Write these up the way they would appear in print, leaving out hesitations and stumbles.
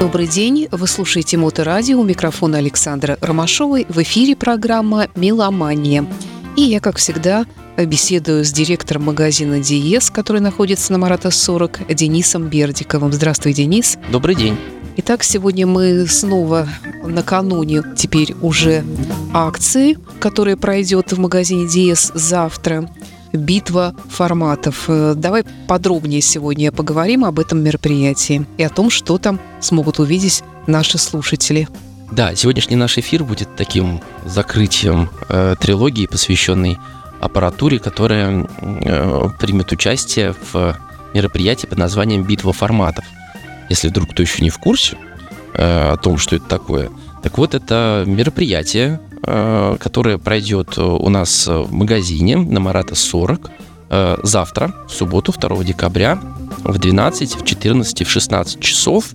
Добрый день, вы слушаете Моторадио, у микрофона Александра Ромашовой, в эфире программа «Меломания». И я, как всегда, беседую с директором магазина «Диез», который находится на Марата 40, Денисом Бердиковым. Здравствуй, Денис. Добрый день. Итак, сегодня мы снова накануне теперь уже акции, которая пройдет в магазине «Диез» завтра. Битва форматов. Давай подробнее сегодня поговорим об этом мероприятии и о том, что там смогут увидеть наши слушатели. Да, сегодняшний наш эфир будет таким закрытием трилогии, посвященной аппаратуре, которая примет участие в мероприятии под названием «Битва форматов». Если вдруг кто еще не в курсе о том, что это такое, так вот, это мероприятие, которое пройдет у нас в магазине на Марата 40 завтра, в субботу, 2 декабря, в 12, в 14, в 16 часов,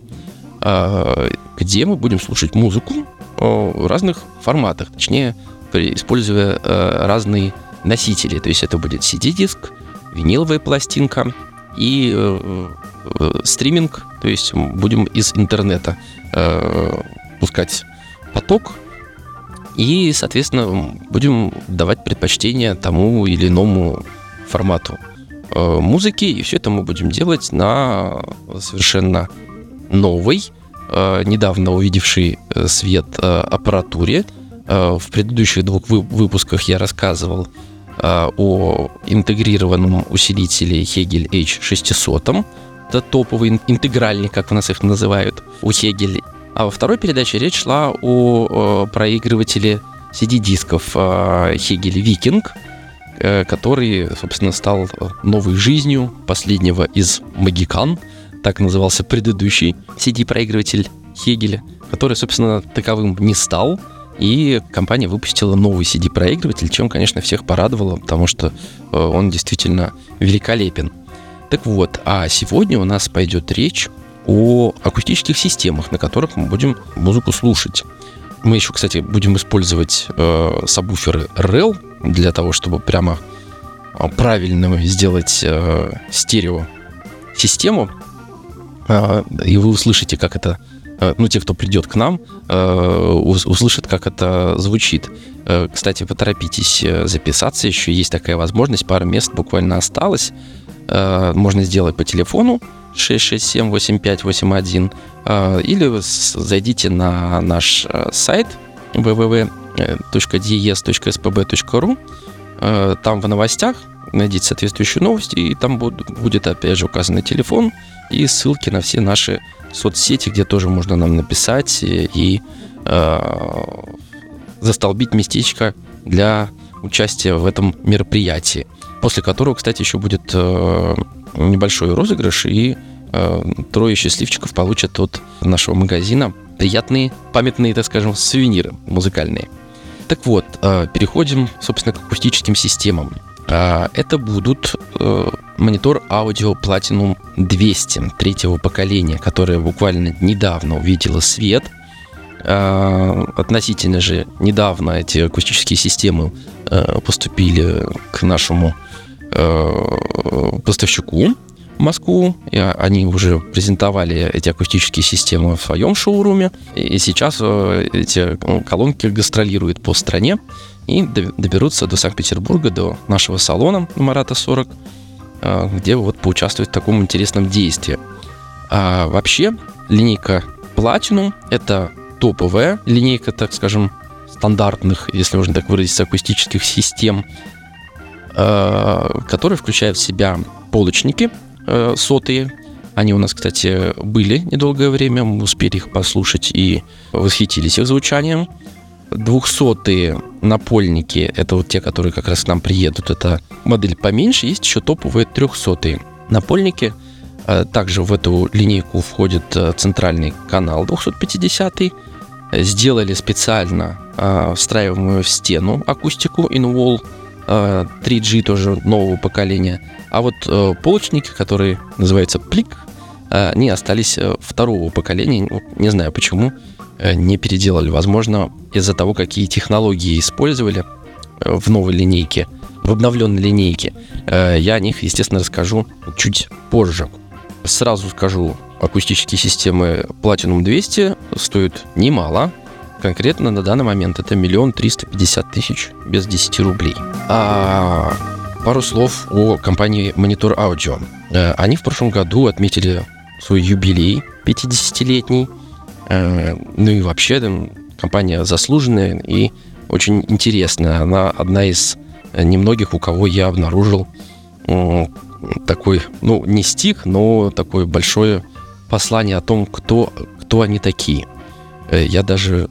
где мы будем слушать музыку в разных форматах, точнее, используя разные носители. То есть это будет CD-диск, виниловая пластинка и стриминг, то есть будем из интернета пускать поток и, соответственно, будем давать предпочтение тому или иному формату музыки, и все это мы будем делать на совершенно новой, недавно увидевшей свет аппаратуре. В предыдущих двух выпусках я рассказывал о интегрированном усилителе Hegel H600. Это топовый интегральник, как у нас их называют, у Hegel. А во второй передаче речь шла о проигрывателе CD-дисков Hegel Viking, который, собственно, стал новой жизнью последнего из Магикан. Так назывался предыдущий CD-проигрыватель Hegel, который, собственно, таковым не стал. И компания выпустила новый CD-проигрыватель, чем, конечно, всех порадовало, потому что он действительно великолепен. Так вот, а сегодня у нас пойдет речь о акустических системах, на которых мы будем музыку слушать. Мы еще, кстати, будем использовать сабвуферы REL для того, чтобы прямо правильно сделать стереосистему. И вы услышите, как это, те, кто придет к нам, услышат, как это звучит. Кстати, поторопитесь записаться, еще есть такая возможность, пара мест буквально осталось. Можно сделать по телефону 667-8581 или зайдите на наш сайт www.diez.spb.ru. Там в новостях найдите соответствующую новость, и там будет опять же указан телефон и ссылки на все наши соцсети, где тоже можно нам написать и застолбить местечко для участия в этом мероприятии. После которого, кстати, еще будет небольшой розыгрыш, и 3 счастливчиков получат от нашего магазина приятные, памятные, так скажем, сувениры музыкальные. Так вот, переходим, собственно, к акустическим системам. Это будут монитор Audio Platinum 200 третьего поколения, которое буквально недавно увидело свет. Относительно же недавно эти акустические системы поступили к нашему поставщику в Москву. И они уже презентовали эти акустические системы в своем шоуруме. И сейчас эти колонки гастролируют по стране и доберутся до Санкт-Петербурга, до нашего салона Марата 40, где вот поучаствуют в таком интересном действии. А вообще, линейка Platinum — это топовая линейка, так скажем, стандартных, если можно так выразиться, акустических систем, которые включают в себя полочники сотые. Они у нас, кстати, были недолгое время, мы успели их послушать и восхитились их звучанием. 200-е напольники — это вот те, которые как раз к нам приедут, это модель поменьше. Есть еще топовые 300-е напольники. Также в эту линейку входит центральный канал 250-й. Сделали специально встраиваемую в стену акустику in-wall 3G, тоже нового поколения. А вот полочники, которые называются плик, они остались второго поколения. Не знаю почему не переделали. Возможно, из-за того, какие технологии использовали в новой линейке, в обновленной линейке. Я о них, естественно, расскажу чуть позже. Сразу скажу, акустические системы Platinum 200 стоят немало. Конкретно на данный момент это 1 350 000 без 10 рублей. А пару слов о компании Monitor Audio. Они в прошлом году отметили свой юбилей 50-летний. Ну и вообще компания заслуженная и очень интересная. Она одна из немногих, у кого я обнаружил такой, не стих, но такое большое послание о том, кто они такие. Я даже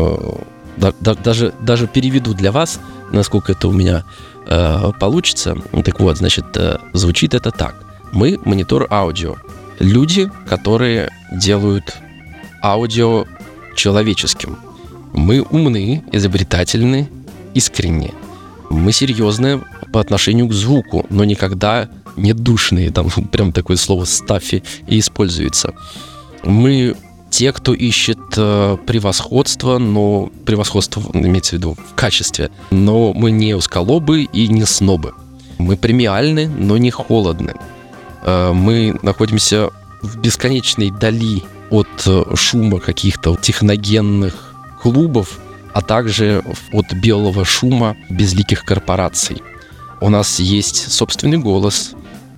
переведу для вас, насколько это у меня получится. Так вот, значит, звучит это так. Мы Monitor Audio. Люди, которые делают аудио человеческим. Мы умны, изобретательны, искренние. Мы серьезные по отношению к звуку, но никогда не душные. Там прям такое слово «стаффи» и используется. Мы те, кто ищет превосходство, но превосходство имеется в виду в качестве. Но мы не узколобы и не снобы. Мы премиальны, но не холодны. Мы находимся в бесконечной дали от шума каких-то техногенных клубов, а также от белого шума безликих корпораций. У нас есть собственный голос.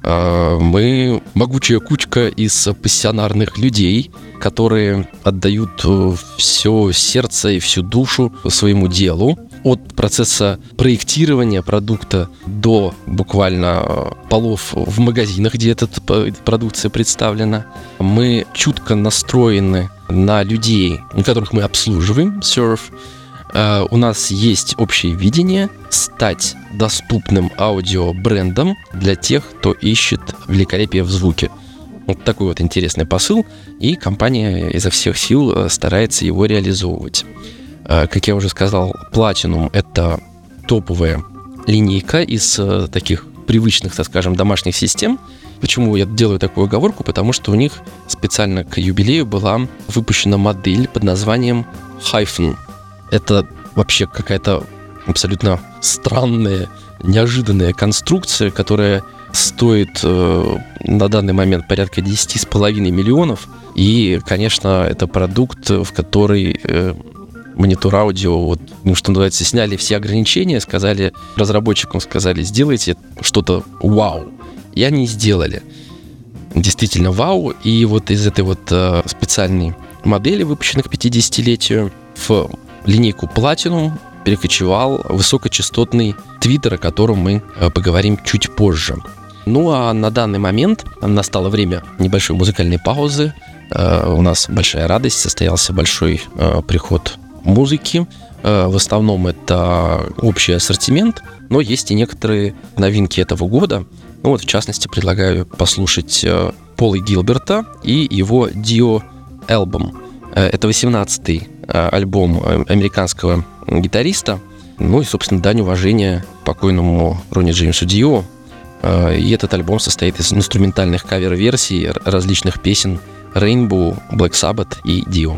Мы могучая кучка из пассионарных людей, которые отдают все сердце и всю душу своему делу. От процесса проектирования продукта до буквально полов в магазинах, где эта продукция представлена. Мы чутко настроены на людей, которых мы обслуживаем, serve. У нас есть общее видение стать доступным аудиобрендом для тех, кто ищет великолепие в звуке. Вот такой вот интересный посыл, и компания изо всех сил старается его реализовывать. Как я уже сказал, Platinum — это топовая линейка из таких привычных, так скажем, домашних систем. Почему я делаю такую оговорку? Потому что у них специально к юбилею была выпущена модель под названием Hyphen. Это вообще какая-то абсолютно странная, неожиданная конструкция, которая стоит на данный момент порядка 10,5 миллионов. И, конечно, это продукт, в который Monitor Audio, что называется, сняли все ограничения, разработчикам сказали, сделайте что-то вау. И они сделали. Действительно вау. И вот из этой специальной модели, выпущенной к 50-летию, в линейку Platinum перекочевал высокочастотный твиттер, о котором мы поговорим чуть позже. Ну а на данный момент настало время небольшой музыкальной паузы. У нас большая радость, состоялся большой приход музыки. В основном это общий ассортимент, но есть и некоторые новинки этого года. В частности, предлагаю послушать Пола Гилберта и его Dio альбом. Это 18-й альбом американского гитариста. И, собственно, дань уважения покойному Ронни Джеймсу Дио. И этот альбом состоит из инструментальных кавер-версий различных песен Rainbow, Black Sabbath и Dio.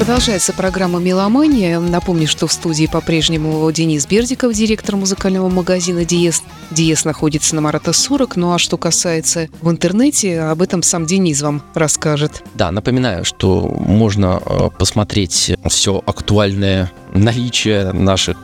Продолжается программа «Меломания». Напомню, что в студии по-прежнему Денис Бердиков, директор музыкального магазина «Диез». «Диез» находится на Марата 40. Ну а что касается в интернете, об этом сам Денис вам расскажет. Да, напоминаю, что можно посмотреть все актуальное наличие наших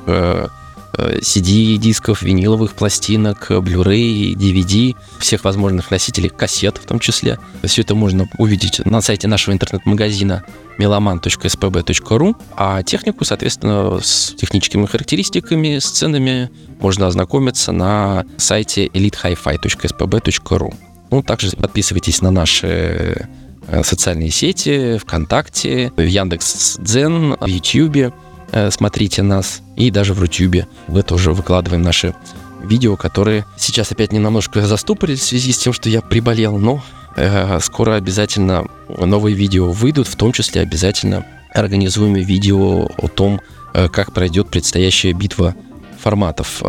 CD-дисков, виниловых пластинок, Blu-ray, DVD, всех возможных носителей, кассет в том числе. Все это можно увидеть на сайте нашего интернет-магазина meloman.spb.ru, а технику, соответственно, с техническими характеристиками, с ценами можно ознакомиться на сайте elitehifi.spb.ru. Ну, также подписывайтесь на наши социальные сети, ВКонтакте, в Яндекс.Дзен, в Ютьюбе. Смотрите нас, и даже в Рутюбе. Мы тоже выкладываем наши видео, которые сейчас опять немножко застопорились в связи с тем, что я приболел, но скоро обязательно новые видео выйдут, в том числе обязательно организуем видео о том, как пройдет предстоящая битва форматов.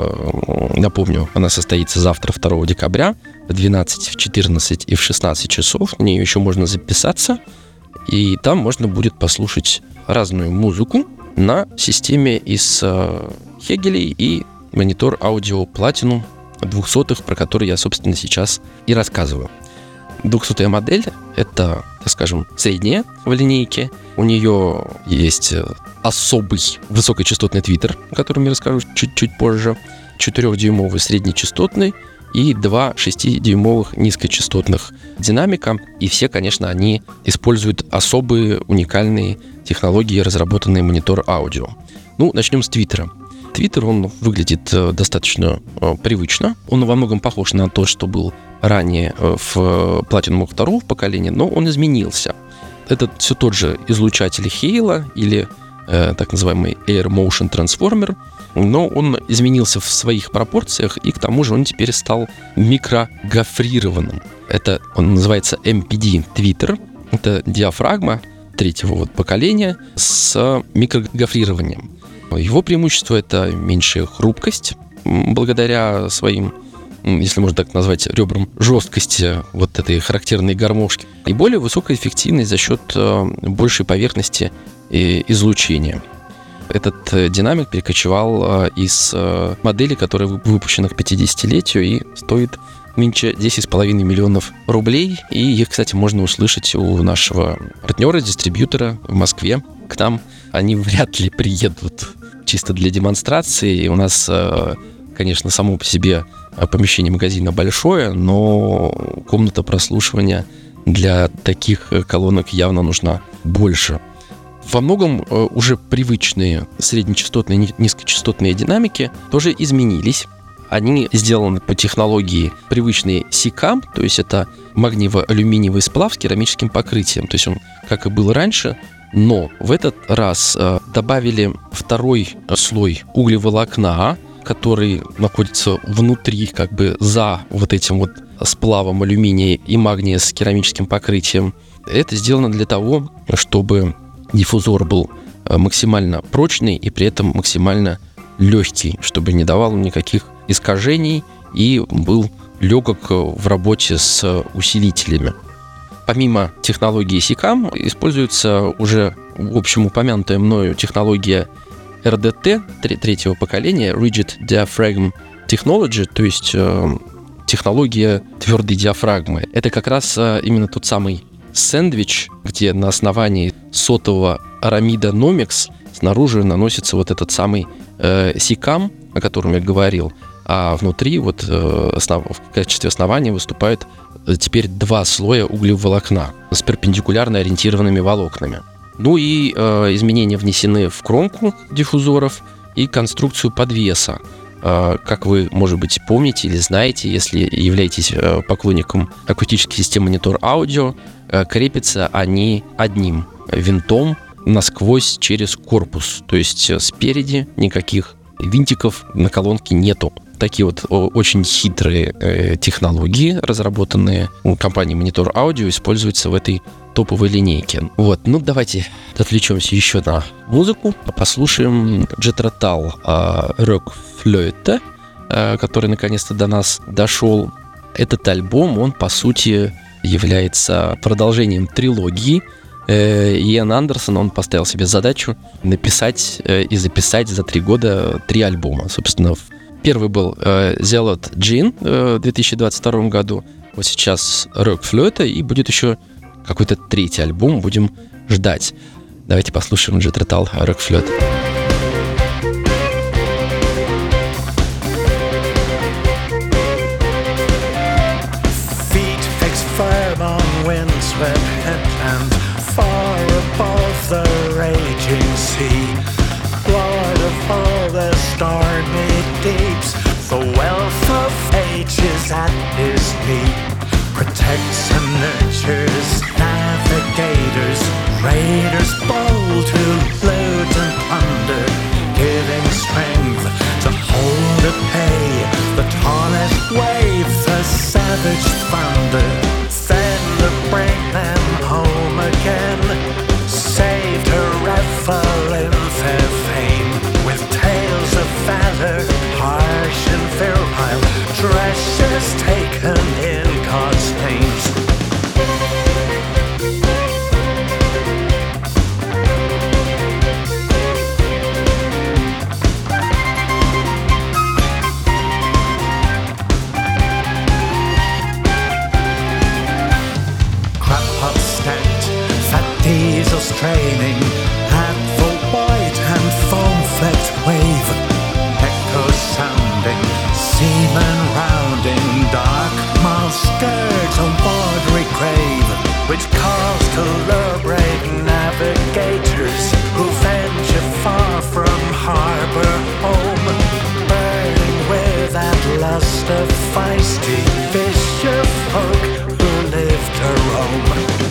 Напомню, она состоится завтра, 2 декабря, в 12, в 14 и в 16 часов. На нее еще можно записаться, и там можно будет послушать разную музыку на системе из Хегелей и монитор аудио Platinum 200-х, про который я, собственно, сейчас и рассказываю. 200-я модель — это, так скажем, средняя в линейке. У нее есть особый высокочастотный твиттер, о котором я расскажу чуть-чуть позже, 4-дюймовый среднечастотный и 2 6-дюймовых низкочастотных динамика. И все, конечно, они используют особые уникальные технологии, разработанные монитор аудио. Ну, начнем с твиттера. Твиттер, он выглядит достаточно привычно. Он во многом похож на то, что был ранее в Platinum 2 поколения, но он изменился. Это все тот же излучатель Хейла или так называемый Air Motion Transformer, но он изменился в своих пропорциях, и к тому же он теперь стал микрогофрированным. Это он называется MPD твиттер. Это диафрагма 3-го поколения с микрогофрированием. Его преимущество — это меньшая хрупкость, благодаря своим, если можно так назвать, ребрам жесткости вот этой характерной гармошки, и более высокая эффективность за счет большей поверхности излучения. Этот динамик перекочевал из модели, которая выпущена к 50-летию и стоит нынче 10,5 миллионов рублей. И их, кстати, можно услышать у нашего партнера, дистрибьютора в Москве. К нам они вряд ли приедут чисто для демонстрации. И у нас, конечно, само по себе помещение магазина большое, но комната прослушивания для таких колонок явно нужна больше. Во многом уже привычные среднечастотные, низкочастотные динамики тоже изменились. Они сделаны по технологии привычной SICAM, то есть это магниево-алюминиевый сплав с керамическим покрытием. То есть он, как и был раньше, но в этот раз добавили второй слой углеволокна, который находится внутри, как бы за вот этим вот сплавом алюминия и магния с керамическим покрытием. Это сделано для того, чтобы диффузор был максимально прочный и при этом максимально легкий, чтобы не давал никаких искажений и был легок в работе с усилителями. Помимо технологии SICAM используется уже, в общем, упомянутая мною технология RDT 3-го поколения, Rigid Diaphragm Technology, то есть технология твердой диафрагмы. Это как раз именно тот самый сэндвич, где на основании сотового арамида Nomex снаружи наносится вот этот самый SICAM, о котором я говорил, а внутри вот в качестве основания выступают теперь 2 слоя углеволокна с перпендикулярно ориентированными волокнами. Ну и изменения внесены в кромку диффузоров и конструкцию подвеса. Как вы, может быть, помните или знаете, если являетесь поклонником акустической системы монитор аудио, крепятся они одним винтом насквозь через корпус. То есть спереди никаких винтиков на колонке нету. Такие вот очень хитрые технологии, разработанные компанией Monitor Audio, используются в этой топовой линейке. Вот, ну давайте отвлечемся еще на музыку. Послушаем Jethro Tull Rock Flöte, который наконец-то до нас дошел. Этот альбом, он по сути является продолжением трилогии, Иэн Андерсон, он поставил себе задачу написать и записать за 3 года 3 альбома. Собственно, первый был Zealot Gin в 2022 году, вот сейчас Рок-флёта, и будет еще какой-то 3-й альбом, будем ждать. Давайте послушаем Джет Ротал Рок-флёта. Windswept headland, far above the raging sea, Lord of all the stormy deeps, the wealth of ages at his knee, protects and nurtures navigators, raiders bold who loot and plunder, giving strength to hold at bay the tallest wave, the savage thunder. To bring them home again, saved her revel in fair fame, with tales of valor, harsh and virile, treasures taken in God's names. Diesels training at the white and foam-flecked wave, echoes sounding, seamen rounding, dark mouth skirts a watery grave, which calls to lure brave navigators who venture far from harbor home, burning with that lust of feisty fisher folk who live to roam.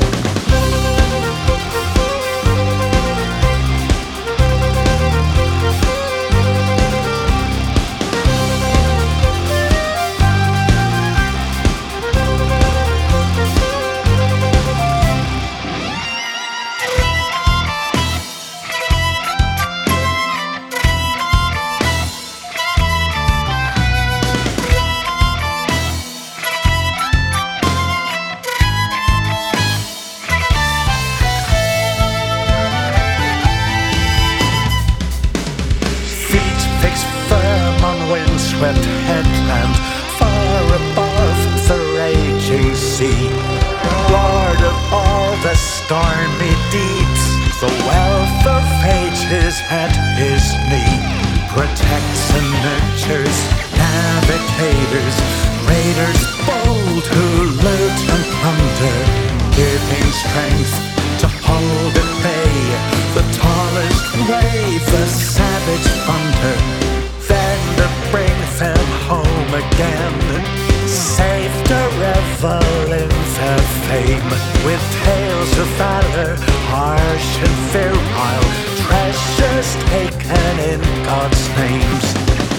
Windswept headland, far above the raging sea, Lord of all the stormy deeps, the wealth of ages at his knee, protects and nurtures navigators, raiders bold who loot and plunder, giving strength to hold at bay the tallest wave, the savage thunder. Then to bring them home again, saved a revel in their fame, with tales of valor, harsh and virile, treasures taken in God's names.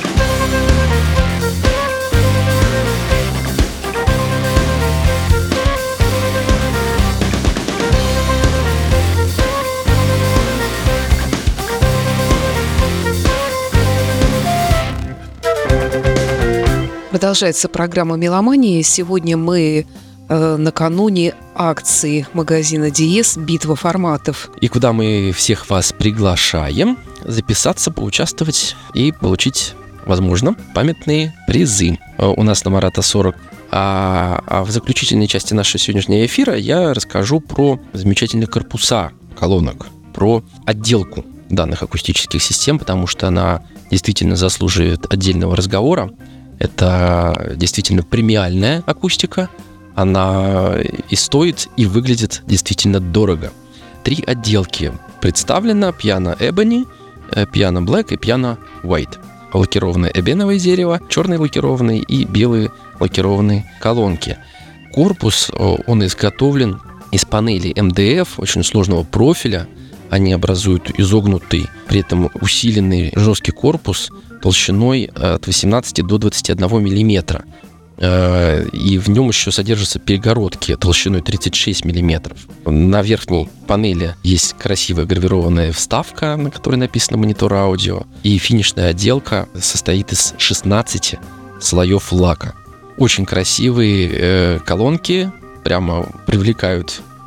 Продолжается программа «Меломания». Сегодня мы накануне акции магазина Диез «Битва форматов». И куда мы всех вас приглашаем записаться, поучаствовать и получить, возможно, памятные призы. У нас на Марата 40. А в заключительной части нашего сегодняшнего эфира я расскажу про замечательные корпуса колонок, про отделку данных акустических систем, потому что она действительно заслуживает отдельного разговора. Это действительно премиальная акустика. Она и стоит, и выглядит действительно дорого. 3 отделки представлено: пиано Ebony, пиано Black и пиано White. Лакированное эбеновое дерево, черный лакированный и белые лакированные колонки. Корпус, он изготовлен из панелей МДФ очень сложного профиля. Они образуют изогнутый, при этом усиленный жесткий корпус толщиной от 18 до 21 миллиметра. И в нем еще содержатся перегородки толщиной 36 миллиметров. На верхней панели есть красивая гравированная вставка, на которой написано «Монитор аудио». И финишная отделка состоит из 16 слоев лака. Очень красивые колонки, прямо привлекают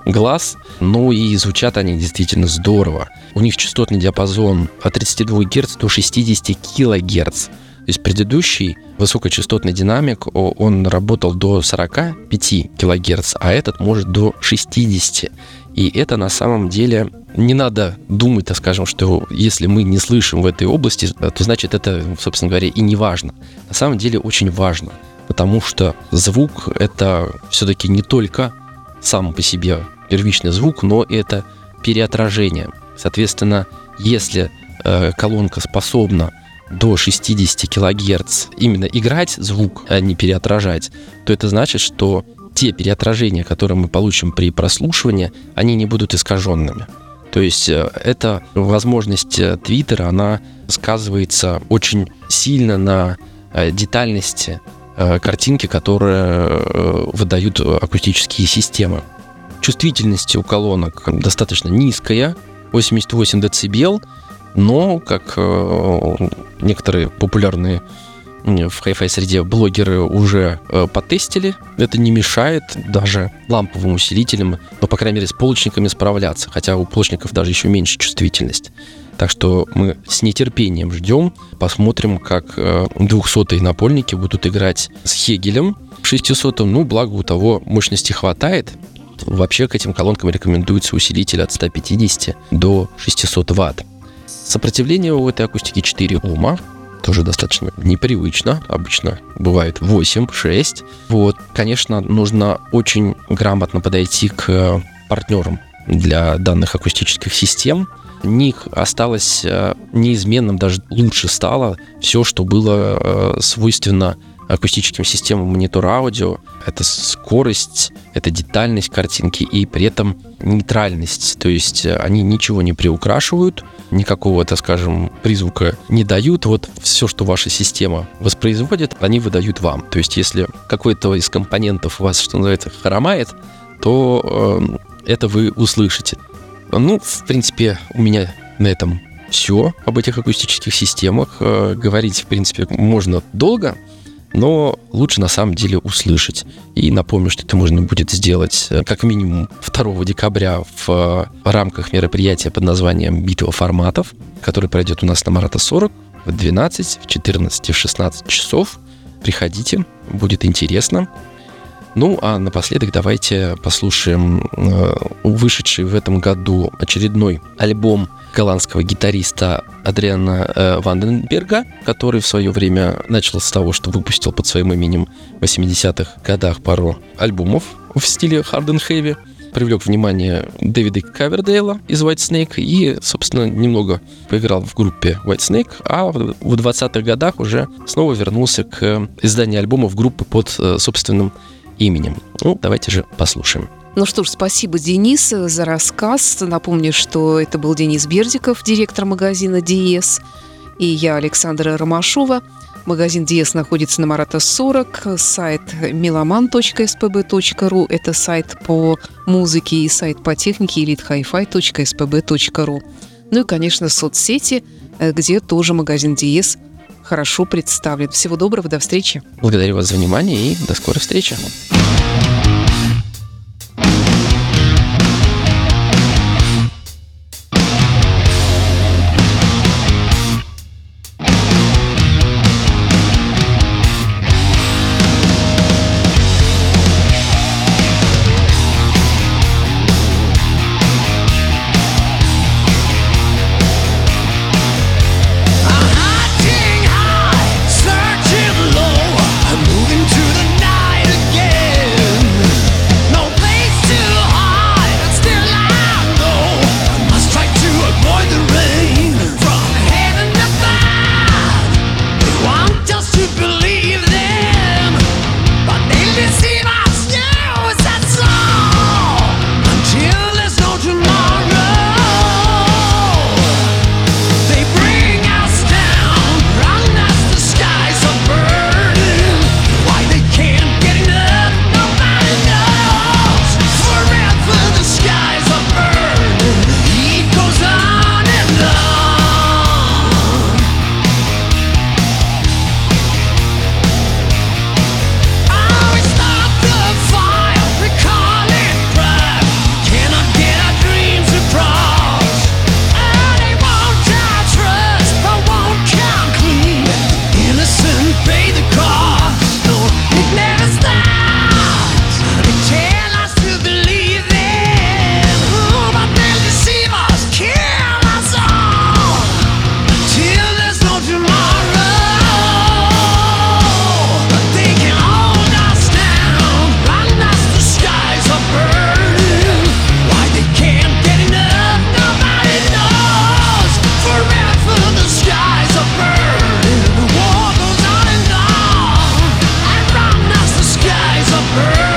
глаз. Ну и звучат они действительно здорово. У них частотный диапазон от 32 Гц до 60 кГц. То есть предыдущий высокочастотный динамик, он работал до 45 кГц, а этот может до 60. И это на самом деле не надо думать, так скажем, что если мы не слышим в этой области, то значит это, собственно говоря, и не важно. На самом деле очень важно, потому что звук — это все-таки не только сам по себе первичный звук, но это переотражение. Соответственно, если колонка способна до 60 кГц именно играть звук, а не переотражать, то это значит, что те переотражения, которые мы получим при прослушивании, они не будут искаженными. То есть эта возможность твиттера, она сказывается очень сильно на детальности картинки, которые выдают акустические системы. Чувствительность у колонок достаточно низкая, 88 дБ, но, как некоторые популярные в хай-фай среде блогеры уже потестили, это не мешает даже ламповым усилителям, но, по крайней мере, с полочниками справляться, хотя у полочников даже еще меньше чувствительность. Так что мы с нетерпением ждем, посмотрим, как 200-е напольники будут играть с Хегелем. 600-м, ну, благо у того мощности хватает. Вообще к этим колонкам рекомендуется усилитель от 150 до 600 Вт. Сопротивление у этой акустики 4 Ома. Тоже достаточно непривычно. Обычно бывает 8-6. Вот. Конечно, нужно очень грамотно подойти к партнерам для данных акустических систем. Них осталось неизменным, даже лучше стало все, что было свойственно акустическим системам монитора аудио. Это скорость, это детальность картинки и при этом нейтральность. То есть они ничего не приукрашивают, никакого, так скажем, призвука не дают. Вот все, что ваша система воспроизводит, они выдают вам. То есть если какой-то из компонентов у вас, что называется, хромает, то это вы услышите. Ну, в принципе, у меня на этом все об этих акустических системах. Говорить, в принципе, можно долго, но лучше на самом деле услышать. И напомню, что это можно будет сделать как минимум 2 декабря в рамках мероприятия под названием «Битва форматов», который пройдет у нас на Марата 40 в 12, в 14 и в 16 часов. Приходите, будет интересно. Ну, а напоследок давайте послушаем вышедший в этом году очередной альбом голландского гитариста Адриана Ванденберга, который в свое время начал с того, что выпустил под своим именем в 80-х годах пару альбомов в стиле hard and heavy, привлек внимание Дэвида Ковердейла из Whitesnake и, собственно, немного поиграл в группе Whitesnake, а в 20-х годах уже снова вернулся к изданию альбомов группы под собственным именем. Ну, давайте же послушаем. Ну что ж, спасибо, Денис, за рассказ. Напомню, что это был Денис Бердиков, директор магазина «Диез», и я, Александра Ромашова. Магазин «Диез» находится на Марата 40, сайт meloman.spb.ru, это сайт по музыке, и сайт по технике elitehifi.spb.ru. Ну и, конечно, соцсети, где тоже магазин «Диез» хорошо представлен. Всего доброго, до встречи. Благодарю вас за внимание и до скорой встречи. Searching low, moving to the night again. Burn!